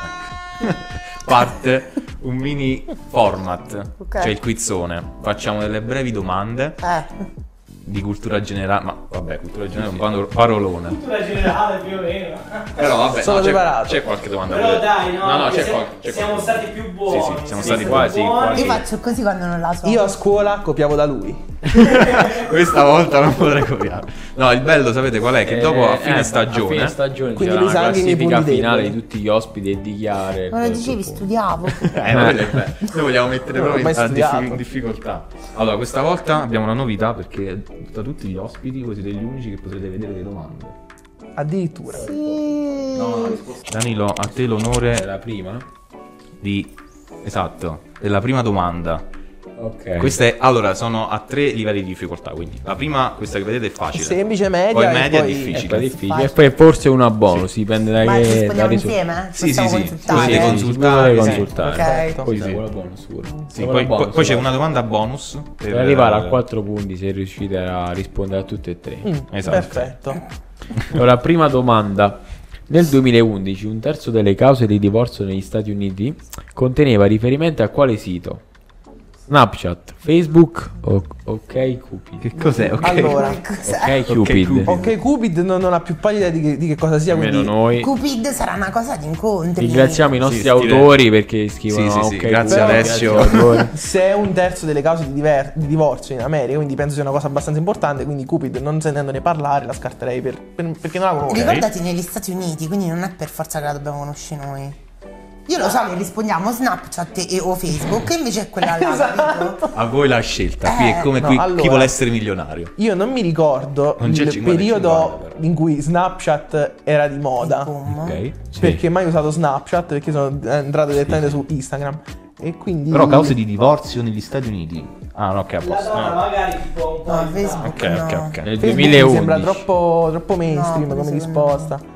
parte un mini format, cioè il quizzone. Facciamo delle brevi domande di cultura generale, ma vabbè, cultura generale è un parolone. Cultura generale più o meno. Però vabbè, sono preparato. C'è qualche domanda. Però dai, no, c'è siamo stati più buoni. Sì, siamo stati quasi. Io faccio così quando non la so. Io a scuola copiavo da lui. Questa volta non potrei copiare. No, il bello sapete qual è? Che dopo a fine stagione quindi lui sa anche i classifica punti finale deboli di tutti gli ospiti e dichiara. Ma lo dicevi, studiavo. noi vogliamo mettere proprio mai studiato. in difficoltà. Allora, questa volta abbiamo una novità, perché da tutti gli ospiti voi siete gli unici che potrete vedere le domande. Addirittura. Danilo, a te l'onore La prima? della prima domanda. Ok. Allora, sono a 3 livelli di difficoltà, quindi la prima, questa che vedete, è facile. Semplice, media, Poi e media è poi- difficile. Difficile. E poi forse una bonus, dipende da Ma ci che rispondiamo da insieme? Sì, Possiamo sì, sì. consultare? Potete Sì, consultare, potete sì. consultare. Perfetto. Poi Sì, dai, sì. con la bonus pure. Sì, Con poi, la bonus, poi c'è vai. una domanda bonus Per arrivare a 4 punti se riuscite a rispondere a tutte e tre. Esatto. Perfetto. Allora, prima domanda. Nel 2011 un terzo delle cause di divorzio negli Stati Uniti conteneva riferimento a quale sito? Snapchat, Facebook o ok Cupid? Che cos'è? Ok. Allora, Ok Cupid. Cupid. ok, Cupid non ha più pallida di che cosa sia, Almeno quindi noi. Cupid sarà una cosa di incontri. Ringraziamo i nostri Sì, stile- autori perché scrivono Sì, sì, sì, ok grazie Cupid. Alessio. Grazie autori. se è un terzo delle cause di divorzio in America, quindi penso sia una cosa abbastanza importante, quindi Cupid, non sentendone parlare, la scarterei perché non la conosco. Ricordati negli Stati Uniti, quindi non è per forza che la dobbiamo conoscere noi. Io lo so che rispondiamo Snapchat o Facebook, e invece è quella là, capito? A voi la scelta. Qui è come no, qui, allora- chi vuole essere milionario. Io non mi ricordo Non c'è il 50 e periodo 50 però. in cui Snapchat era di moda, Boom. Ok. perché mai ho usato Snapchat, perché sono entrato direttamente su Instagram e quindi Però cause di divorzio negli Stati Uniti. Ah, no, ok, a La posto. donna No. magari tipo un po' No, di Facebook Ok, no. ok, ok. Nel Facebook 2011. mi sembra troppo mainstream No, come secondo risposta.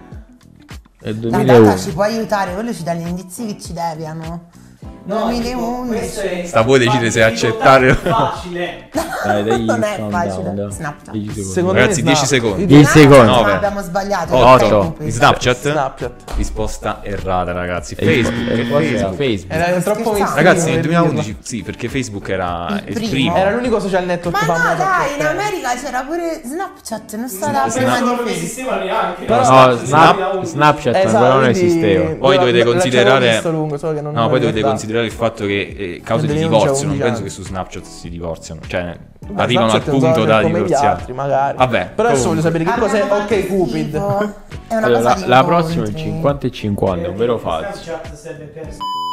Nel La data 2011. ci può aiutare, quello ci dà gli indizi che ci deviano. No, 2011. questo è- Sta a voi decidere se accettare o no. Facile. Dai, dagli Non è countdown, facile. dai. Snapchat. 10 secondi. Secondo Ragazzi, me 10 Snap. secondi. Io 10 dico- secondi. No, 9. abbiamo sbagliato. 8. Cupid. Snapchat? Snapchat. Risposta errata, ragazzi. E Facebook. e che poi era Facebook. Facebook. Era troppo Scherzando. mainstream. Ragazzi, nel per dirlo. 2011 sì, perché Facebook era Il il primo. primo. Era l'unico social network Ma famoso. no, dai, in ok. America c'era pure Snapchat, non stava Snapchat. prima Penso di proprio che Facebook. esisteva neanche. Però- No, Snap- Snapchat Esatto, ancora non quindi esisteva. Poi dovete l'avevo considerare visto lungo, solo che non No, me poi lo dovete ricordavo. considerare il fatto che cause di Nel 2011 divorzio non 11 penso anni. che su Snapchat si divorziano, cioè Beh, arrivano al Snapchat è un punto social da come gli divorziare. altri, magari. Vabbè, Però adesso voglio sapere che cos'è Abbiamo ok fatto Cupid. schifo. È una Allora, cosa di la prossima è il incontri. 50 e 50, un vero o falso? Snapchat serve per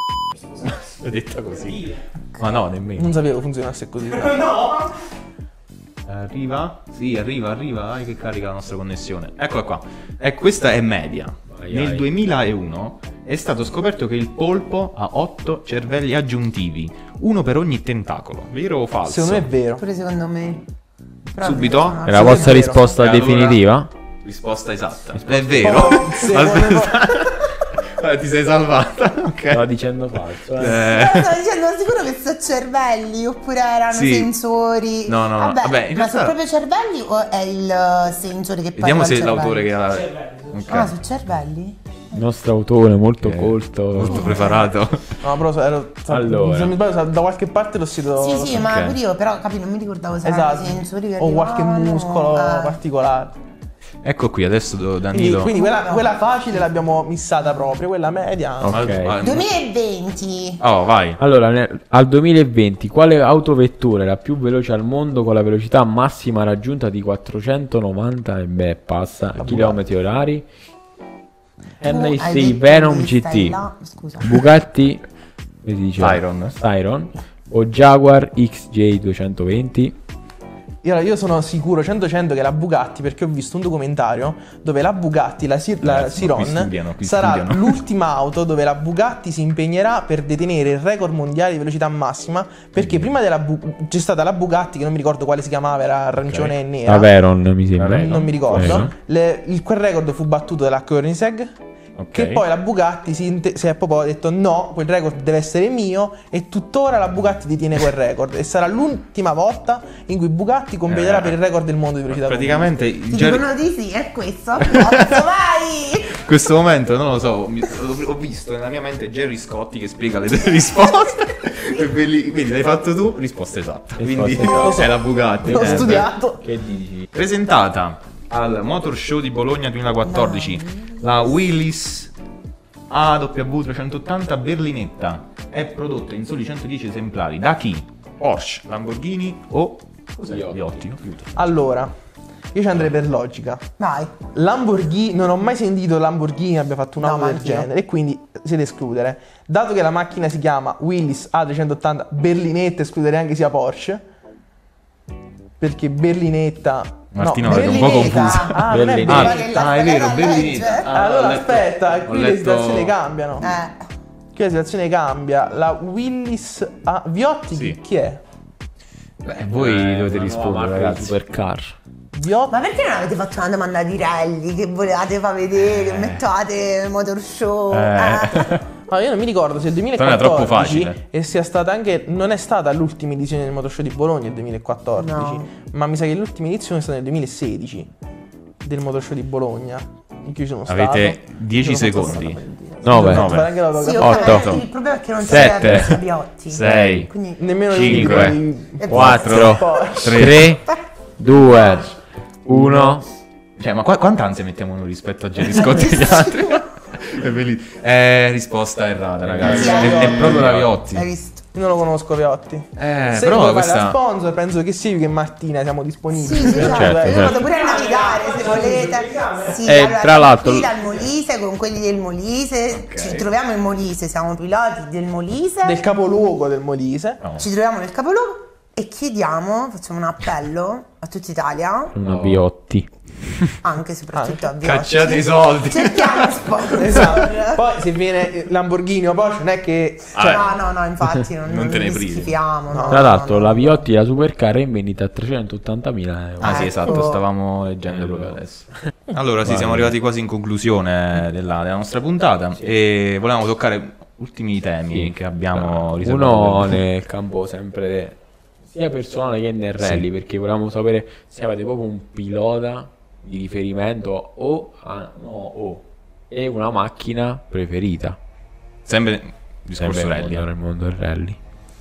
L'ho detta così. dire. Ma no, nemmeno. Non sapevo funzionasse così. No! Arriva? Sì, arriva. Vai che carica la nostra connessione. Eccola qua. E questa è media. Vai, Nel vai. 2001 è stato scoperto che il polpo ha 8 cervelli aggiuntivi, uno per ogni tentacolo. Vero o falso? Secondo me è vero. Pure secondo me. Però Subito? non so. È la Secondo me vostra è vero. risposta E allora? definitiva? Risposta esatta. È vero. Oh, secondo me- Ti sei salvata. Ok. Stava dicendo falso. Stavo dicendo sicuro che sono cervelli oppure erano Sì. sensori. No, no, Vabbè, vabbè, in ma sono realtà- proprio cervelli o è il sensore che Vediamo parla se al cervello? l'autore che ha... Cervelli. Ah, Ok. sono cervelli? Il nostro autore molto Ok. colto. Molto preparato. No, però Allora. se non mi sbaglio, da qualche parte l'ho sentito. Sì, sì, ma ok. pure io, però capi, non mi ricordavo se Esatto. erano i sensori che O qualche arrivavano. muscolo Ah. particolare. Ecco qui, adesso Quindi, Danilo... quella facile l'abbiamo missata proprio, quella media. Ok. 2020. Oh, vai. Allora, al 2020, quale autovettura è la più veloce al mondo con la velocità massima raggiunta di 490 e beh, passa chilometri orari? Tu hai NEC detto Venom che stai GT, là- Scusa. Bugatti come si dice? Chiron o Jaguar XJ220? Io sono sicuro 100% che la Bugatti, perché ho visto un documentario dove la Bugatti, la Ragazzi, ma qui Chiron, studiano, qui sarà studiano. l'ultima auto dove la Bugatti si impegnerà per detenere il record mondiale di velocità massima, perché prima c'è stata la Bugatti, che non mi ricordo quale si chiamava, era arancione e nera. La Veron mi sembra. Veron. Non mi ricordo. Veron. Quel record fu battuto dalla Koenigsegg. Ok. Che poi la Bugatti si è proprio detto no, quel record deve essere mio, e tuttora la Bugatti detiene quel record e sarà l'ultima volta in cui Bugatti competerà per il record del mondo di velocità. Praticamente Ti già dicono di sì, è questo. Vai! in questo momento, non lo so, ho visto nella mia mente Gerry Scotti che spiega le tue risposte. Quindi l'hai fatto tu, risposta esatta. Quindi esatta. è la Bugatti. L'ho studiato. Che dici? Presentata al Motor Show di Bologna 2014, la Willys AW 380 berlinetta è prodotta in soli 110 esemplari. Da chi? Porsche, Lamborghini o Iotti? Allora, io ci andrei per logica. Vai. Lamborghini, non ho mai sentito Lamborghini abbia fatto No, un'auto ma del anch'io. genere, e quindi si deve escludere. Dato che la macchina si chiama Willys A380 berlinetta, escluderei anche sia Porsche, perché berlinetta... Martino no, è un po' Berlinetta. confuso. Ah, non è Berlinetta. berlinetta. Ah, è vero, Era berlinetta. legge. Ah, Allora ho letto- aspetta, ho qui le letto- situazioni cambiano. Eh. Qui la situazione cambia. La Willys Viotti Sì. chi è? Voi dovete una rispondere, nuova ragazzi. quiz. Supercar. Ma perché non avete fatto una domanda di rally che volevate far vedere, che mettevate motor show? Ma io non mi ricordo se il Non era troppo 2014 facile. e sia stata anche. Non è stata l'ultima edizione del Motor Show di Bologna il 2014, No. ma mi sa che l'ultima edizione è stata nel 2016 del Motor Show di Bologna. In cui sono Avete stato. 10 Sono fatto secondi. stare per dire. 9. Ho fatto fare anche l'autografo. Sì, Otto. ovviamente il problema è che non si 7. aveva Biotti. 6. Quindi Nemmeno 5, i- 4, Poi- 3, 2, 1. Cioè, ma quanta ansia mettiamo noi rispetto a Gerry Scott e gli altri? È bellissimo. Risposta errata, ragazzi. Sì, È proprio la hai Viotti. visto? Io non lo conosco Viotti. Se Però vuoi fare questa... la sponsor, penso che sì, che Martina siamo disponibili. Sì, certo, io certo. vado pure a navigare se volete. Sì, Tra l'altro- qui dal Molise con quelli del Molise. Ci troviamo in Molise, siamo piloti del Molise. Del capoluogo del Molise. No. Ci troviamo nel capoluogo e chiediamo, facciamo un appello a tutta Italia, Una Biotti. anche e soprattutto a Viotti. Cacciate i soldi. Cerchiamo sponsor. Esatto. Poi se viene Lamborghini o Porsche non è che. Cioè, No, infatti non te ne li privi. schifiamo. no, Tra l'altro, no. la Biotti, la Supercar, è in vendita a 380.000 euro. Ah sì, Ecco. esatto, stavamo leggendo proprio adesso. Allora sì, siamo arrivati quasi in conclusione della nostra puntata e volevamo toccare ultimi temi che abbiamo riservato. Uno per voi. nel campo sempre sia personale che nel rally, perché volevamo sapere se avete proprio un pilota di riferimento e una macchina preferita. Sempre discorso Sempre rally. nel mondo del rally.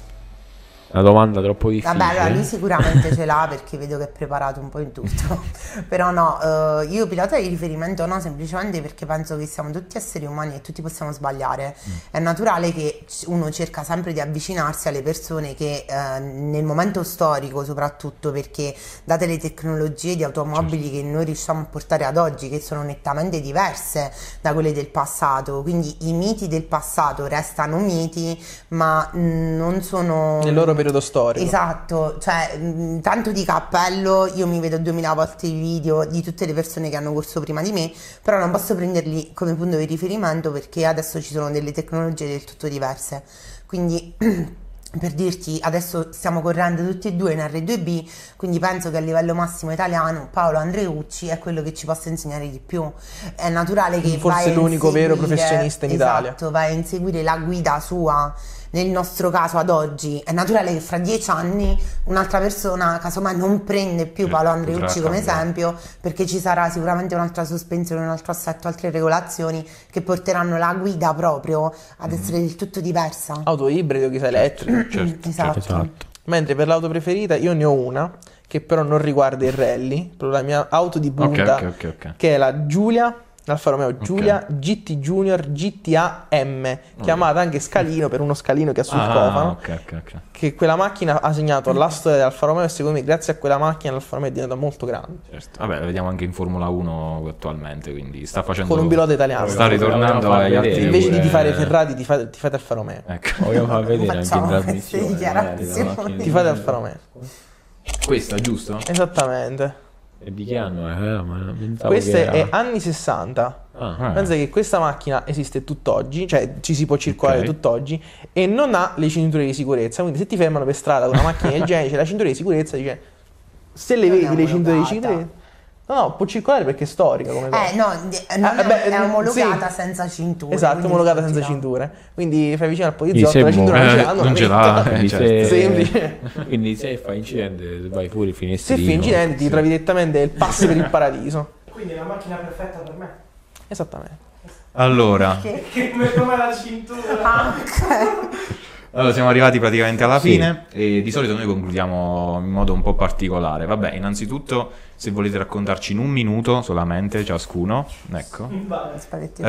Una domanda troppo difficile. Vabbè, allora lui sicuramente ce l'ha perché vedo che è preparato un po' in tutto. Però no, io pilota di riferimento no, semplicemente perché penso che siamo tutti esseri umani e tutti possiamo sbagliare. È naturale che uno cerca sempre di avvicinarsi alle persone che nel momento storico soprattutto, perché date le tecnologie di automobili che noi riusciamo a portare ad oggi, che sono nettamente diverse da quelle del passato, quindi i miti del passato restano miti, ma non sono... Nel loro periodo storico. Esatto, cioè tanto di cappello, io mi vedo 2000 volte i video di tutte le persone che hanno corso prima di me, però non posso prenderli come punto di riferimento perché adesso ci sono delle tecnologie del tutto diverse. Quindi per dirti, adesso stiamo correndo tutti e due in R2B, quindi penso che a livello massimo italiano Paolo Andreucci è quello che ci possa insegnare di più. È naturale che Forse vai a l'unico vero inseguire- professionista in Italia. Esatto, vai a inseguire la guida sua. Nel nostro caso ad oggi è naturale che fra 10 anni un'altra persona casomai non prende più Paolo Andreucci potrà come cambiare. esempio, perché ci sarà sicuramente un'altra sospensione, un altro assetto, altre regolazioni che porteranno la guida proprio ad essere del tutto diversa. Auto ibrido, chissà elettrico. Certo. Esatto. Esatto. Mentre per l'auto preferita io ne ho una che però non riguarda il rally, proprio la mia auto di punta, ok. che è la Giulia, l'Alfa Romeo Giulia GT Junior GTA M, chiamata anche scalino per uno scalino che ha sul cofano, ok. che quella macchina ha segnato la storia dell'Alfa Romeo e secondo me grazie a quella macchina l'Alfa Romeo è diventata molto grande. Certo. Vabbè, la vediamo anche in Formula 1 attualmente, quindi sta facendo... Con un pilota italiano. Sta ritornando Vogliamo far agli vedere. altri... Invece di pure- tifare Ferrari ti fate Alfa Romeo. Ecco. Vogliamo far vedere anche in Facciamo trasmissione. queste dichiarazioni. magari, la macchina Ti fate Alfa Romeo. Questa, giusto? Esattamente. E di che anno è? Ma pensavo Queste che era- è anni 60. Ah, Pensa che questa macchina esiste tutt'oggi, cioè ci si può circolare Ok. tutt'oggi e non ha le cinture di sicurezza. Quindi se ti fermano per strada con una macchina del genere, c'è la cintura di sicurezza, dice se le Non è vedi le cinture di omologata. sicurezza. No, può circolare perché è storica come cosa. No, non beh, è omologata sì. senza cintura. Esatto, quindi omologata non senza ci dà. cinture. Quindi fai vicino al Quindi poliziotto, se la cintura non ce muove- l'hanno, non ce la l'ha. mettono. quindi, certo. se... Semplice. quindi se fa incidente vai fuori il Se finestrino. fai incidente ti trovi direttamente il pass per il paradiso. Quindi è la macchina perfetta per me. Esattamente. Allora, Come la cintura. Ah, ok. allora, siamo arrivati praticamente alla Sì. fine e di solito noi concludiamo in modo un po' particolare. Vabbè, innanzitutto, se volete raccontarci in un minuto solamente ciascuno, ecco. Spaghetti.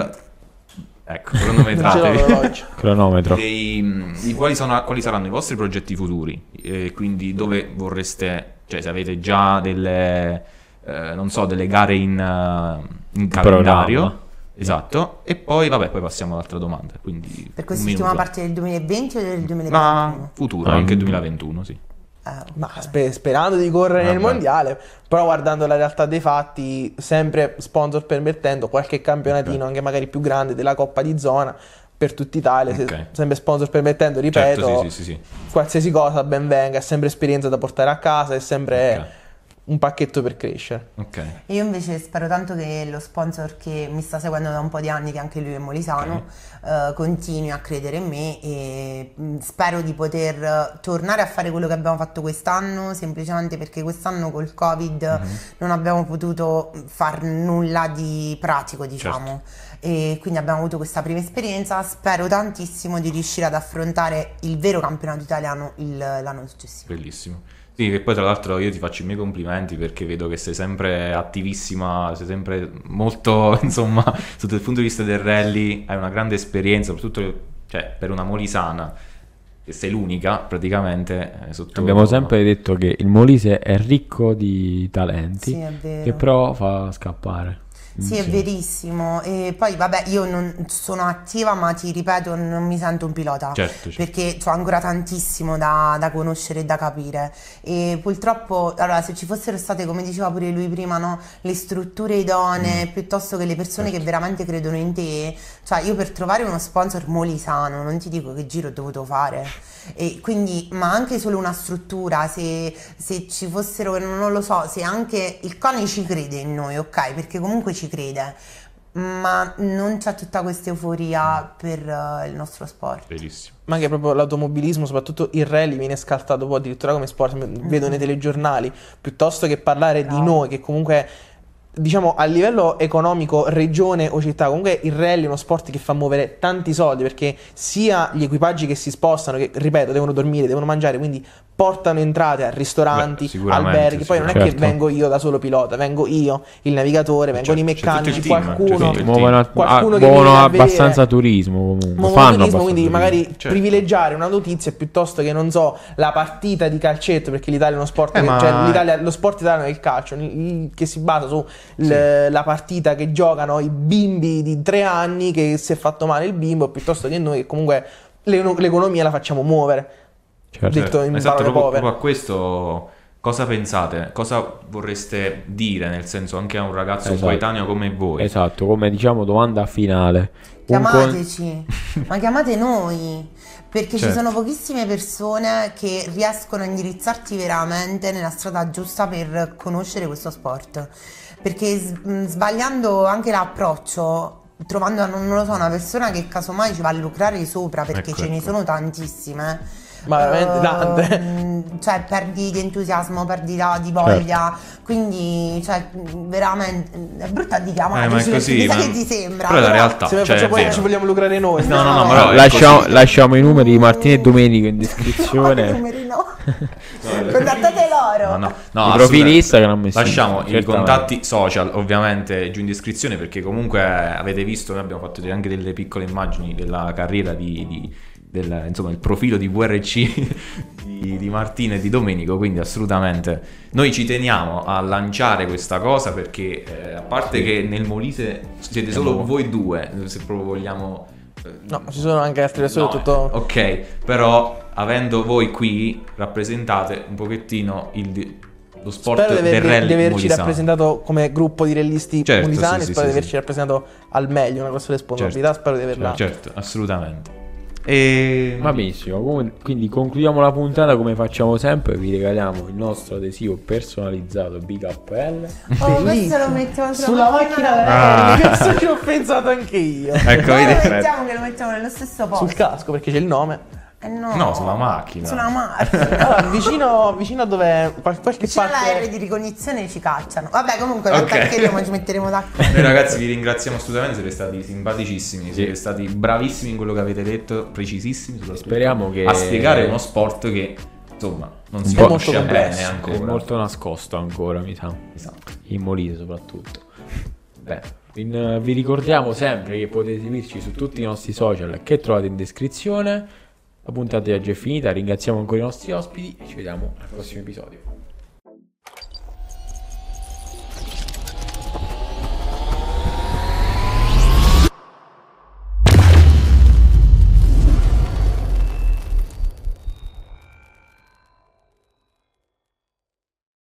Ecco, Non ce l'ho cronometratevi. l'orologio. Cronometro. Di quali saranno i vostri progetti futuri? Quindi dove vorreste, cioè se avete già delle, non so, delle gare in calendario. Programma. Esatto. E poi, vabbè, poi passiamo all'altra domanda. Quindi Per un quest'ultima minuto. parte del 2020 o del 2021? Ma futuro, Ah, anche mm. 2021, sì. Ma sperando di correre nel Vabbè. mondiale, però guardando la realtà dei fatti, sempre sponsor permettendo qualche campionatino, anche magari più grande, della Coppa di Zona, per tutta Italia, Ok. sempre sponsor permettendo, ripeto, Certo, sì. qualsiasi cosa ben venga, è sempre esperienza da portare a casa, è sempre Ok. un pacchetto per crescere. Ok. Io invece spero tanto che lo sponsor che mi sta seguendo da un po' di anni, che anche lui è molisano, continui a credere in me e spero di poter tornare a fare quello che abbiamo fatto quest'anno, semplicemente perché quest'anno col Covid non abbiamo potuto far nulla di pratico, diciamo. E quindi abbiamo avuto questa prima esperienza. Spero tantissimo di riuscire ad affrontare il vero campionato italiano l'anno successivo. Bellissimo. Sì, che poi tra l'altro io ti faccio i miei complimenti perché vedo che sei sempre attivissima, sei sempre molto, insomma, sotto il punto di vista del rally, hai una grande esperienza, soprattutto cioè, per una molisana, che sei l'unica praticamente. Abbiamo sempre detto che il Molise è ricco di talenti, Sì, è vero. che però fa scappare. Sì, è verissimo. E poi, vabbè, io non sono attiva, ma ti ripeto, non mi sento un pilota. Certo. Perché ho ancora tantissimo da conoscere e da capire. E purtroppo, allora, se ci fossero state, come diceva pure lui prima, no, le strutture idonee, piuttosto che le persone che veramente credono in te, cioè io per trovare uno sponsor molisano, non ti dico che giro ho dovuto fare. E quindi, ma anche solo una struttura, se ci fossero, non lo so, se anche il CONI ci crede in noi, ok? Perché comunque ci crede, ma non c'è tutta questa euforia per il nostro sport. Bellissimo. Ma anche proprio l'automobilismo, soprattutto il rally, viene scaltato poi addirittura come sport, vedo nei telegiornali, piuttosto che parlare di noi, che comunque, diciamo, a livello economico, regione o città, comunque il rally è uno sport che fa muovere tanti soldi, perché sia gli equipaggi che si spostano, che ripeto, devono dormire, devono mangiare, quindi portano entrate a ristoranti, sicuramente, alberghi. Poi non è che certo. vengo io da solo pilota, vengo io, il navigatore, vengono i C'è tutto meccanici, il team, qualcuno, c'è tutto il Muovono, qualcuno che muovono viene a abbastanza vedere. turismo comunque. Muovono Fanno turismo, abbastanza quindi turismo. magari Certo. privilegiare una notizia piuttosto che, non so, la partita di calcetto, perché l'Italia è uno sport, ma- cioè l'Italia, lo sport italiano è il calcio, che si basa su la partita che giocano i bimbi di 3 anni, che si è fatto male il bimbo, piuttosto che noi che comunque l'economia la facciamo muovere. Certo. Detto in Esatto, parole povere. proprio a questo cosa pensate? Cosa vorreste dire, nel senso, anche a un ragazzo Esatto. coetaneo come voi? Esatto, come diciamo domanda finale. Un con- Chiamateci, ma chiamate noi, perché ci Certo. sono pochissime persone che riescono a indirizzarti veramente nella strada giusta per conoscere questo sport. Perché sbagliando anche l'approccio, trovando, non lo so, una persona che casomai ci va a lucrare sopra, perché Ecco, ce ne ecco. sono tantissime. Ma veramente tante. Cioè, perdi di entusiasmo, perdi di voglia. Quindi, cioè, veramente è brutto di ma è chiamarci, così, perché mi sa ma- che ti sembra. però è la però- realtà. Se Cioè, è poi vero. ci vogliamo lucrare noi. No, No. però è così. lasciamo i numeri di Martino e Domenico in No, i descrizione. numeri no. Contattate loro. No, I assolutamente. profili Instagram messi. Lasciamo i Certamente. contatti social ovviamente giù in descrizione, perché comunque avete visto, noi abbiamo fatto anche delle piccole immagini della carriera insomma, il profilo di VRC di Martino e di Domenico, quindi assolutamente noi ci teniamo a lanciare questa cosa, perché a parte che nel Molise siete solo voi due, se proprio vogliamo. No, ci sono anche altre persone, No, tutto. ok, però avendo voi qui rappresentate un pochettino lo sport Spero del rally di averci molisano. rappresentato come gruppo di rellisti Certo, molisani, sì, sì, spero sì, di averci sì. rappresentato al meglio, una grossa responsabilità, spero di averla. Certo, assolutamente. E Va benissimo, quindi concludiamo la puntata come facciamo sempre, vi regaliamo il nostro adesivo personalizzato BKL. Oh, questo lo mettiamo Sulla macchina Ah. da questo ci ho pensato anche io. ecco, Dove vedi? lo mettiamo, che lo mettiamo nello stesso posto? Sul casco, perché c'è il nome. No, No, sulla macchina. Sulla macchina. Allora, vicino a dove qualche Vicino alla R parte. di ricognizione ci cacciano. Vabbè, comunque Ok. non attaccheremo, ci metteremo d'accordo. Noi ragazzi vi ringraziamo assolutamente, siete stati simpaticissimi, siete stati bravissimi in quello che avete detto, precisissimi soprattutto. Speriamo che- a spiegare uno sport che insomma non si po' conosce molto bene complesso, ancora. È molto nascosto ancora, mi sa. Esatto. In Molise soprattutto. Beh, vi ricordiamo sempre che potete seguirci su tutti i nostri social che trovate in descrizione. La puntata di oggi è finita, ringraziamo ancora i nostri ospiti e ci vediamo al prossimo episodio.